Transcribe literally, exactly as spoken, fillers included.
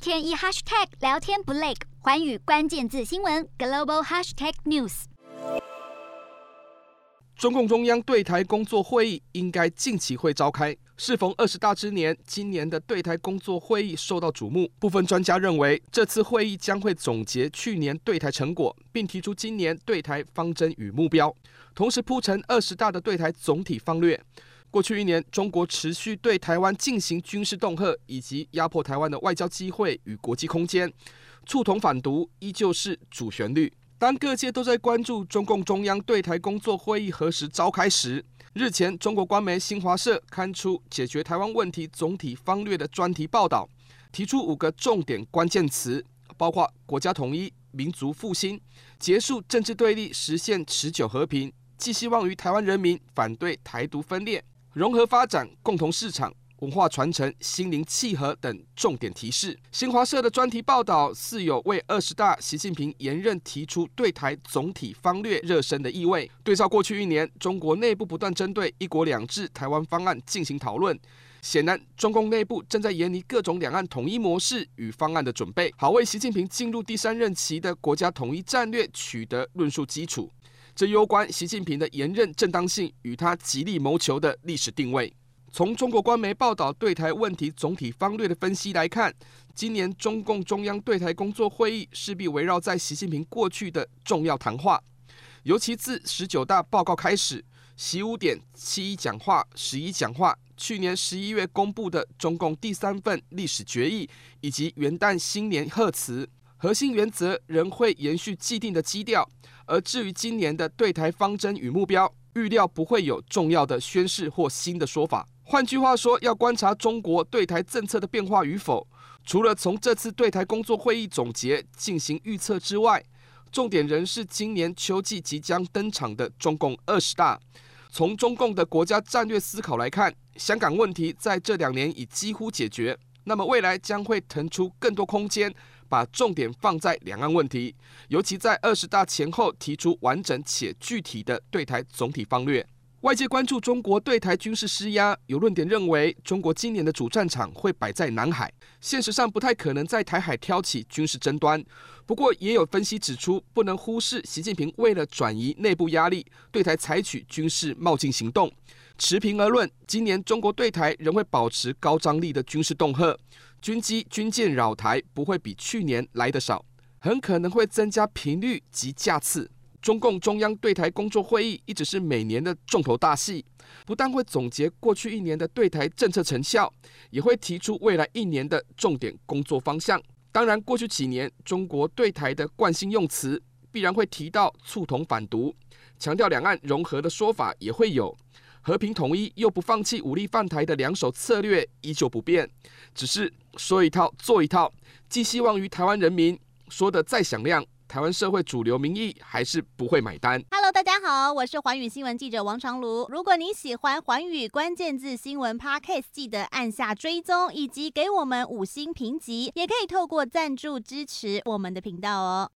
天一 hashtag 聊天不累，寰宇关键字新闻 global hashtag news。 中共中央对台工作会议应该近期会召开。适逢二十大之年，今年的对台工作会议受到瞩目。部分专家认为，这次会议将会总结去年对台成果，并提出今年对台方针与目标，同时铺陈二十大的对台总体方略。过去一年，中国持续对台湾进行军事恫吓，以及压迫台湾的外交机会与国际空间，促统反独依旧是主旋律。当各界都在关注中共中央对台工作会议何时召开时，日前中国官媒新华社刊出解决台湾问题总体方略的专题报道，提出五个重点关键词，包括国家统一、民族复兴、结束政治对立、实现持久和平、寄希望于台湾人民、反对台独分裂、融合发展、共同市场、文化传承、心灵契合等重点提示。新华社的专题报道似有为二十大习近平延任提出对台总体方略热身的意味。对照过去一年，中国内部不断针对一国两制台湾方案进行讨论，显然中共内部正在研拟各种两岸统一模式与方案的准备，好为习近平进入第三任期的国家统一战略取得论述基础。这攸关习近平的延任正当性与他极力谋求的历史定位。从中国官媒报道对台问题总体方略的分析来看，今年中共中央对台工作会议势必围绕在习近平过去的重要谈话，尤其自十九大报告开始，习五点、七一讲话、十一讲话，去年十一月公布的中共第三份历史决议，以及元旦新年贺词，核心原则仍会延续既定的基调。而至于今年的对台方针与目标，预料不会有重要的宣示或新的说法。换句话说，要观察中国对台政策的变化与否，除了从这次对台工作会议总结进行预测之外，重点仍是今年秋季即将登场的中共二十大。从中共的国家战略思考来看，香港问题在这两年已几乎解决，那么未来将会腾出更多空间，把重点放在两岸问题，尤其在二十大前后提出完整且具体的对台总体方略。外界关注中国对台军事施压，有论点认为中国今年的主战场会摆在南海，现实上不太可能在台海挑起军事争端。不过也有分析指出，不能忽视习近平为了转移内部压力，对台采取军事冒进行动。持平而论，今年中国对台仍会保持高张力的军事恫吓，军机军舰扰台不会比去年来得少，很可能会增加频率及架次。中共中央对台工作会议一直是每年的重头大戏，不但会总结过去一年的对台政策成效，也会提出未来一年的重点工作方向。当然，过去几年中国对台的惯性用词必然会提到促统反独，强调两岸融合的说法也会有，和平统一又不放弃武力犯台的两手策略依旧不变，只是说一套做一套，寄希望于台湾人民，说得再响亮，台湾社会主流民意还是不会买单。 Hello， 大家好，我是寰宇新闻记者王长茹。如果你喜欢寰宇关键字新闻 Podcast， 记得按下追踪以及给我们五星评级，也可以透过赞助支持我们的频道哦。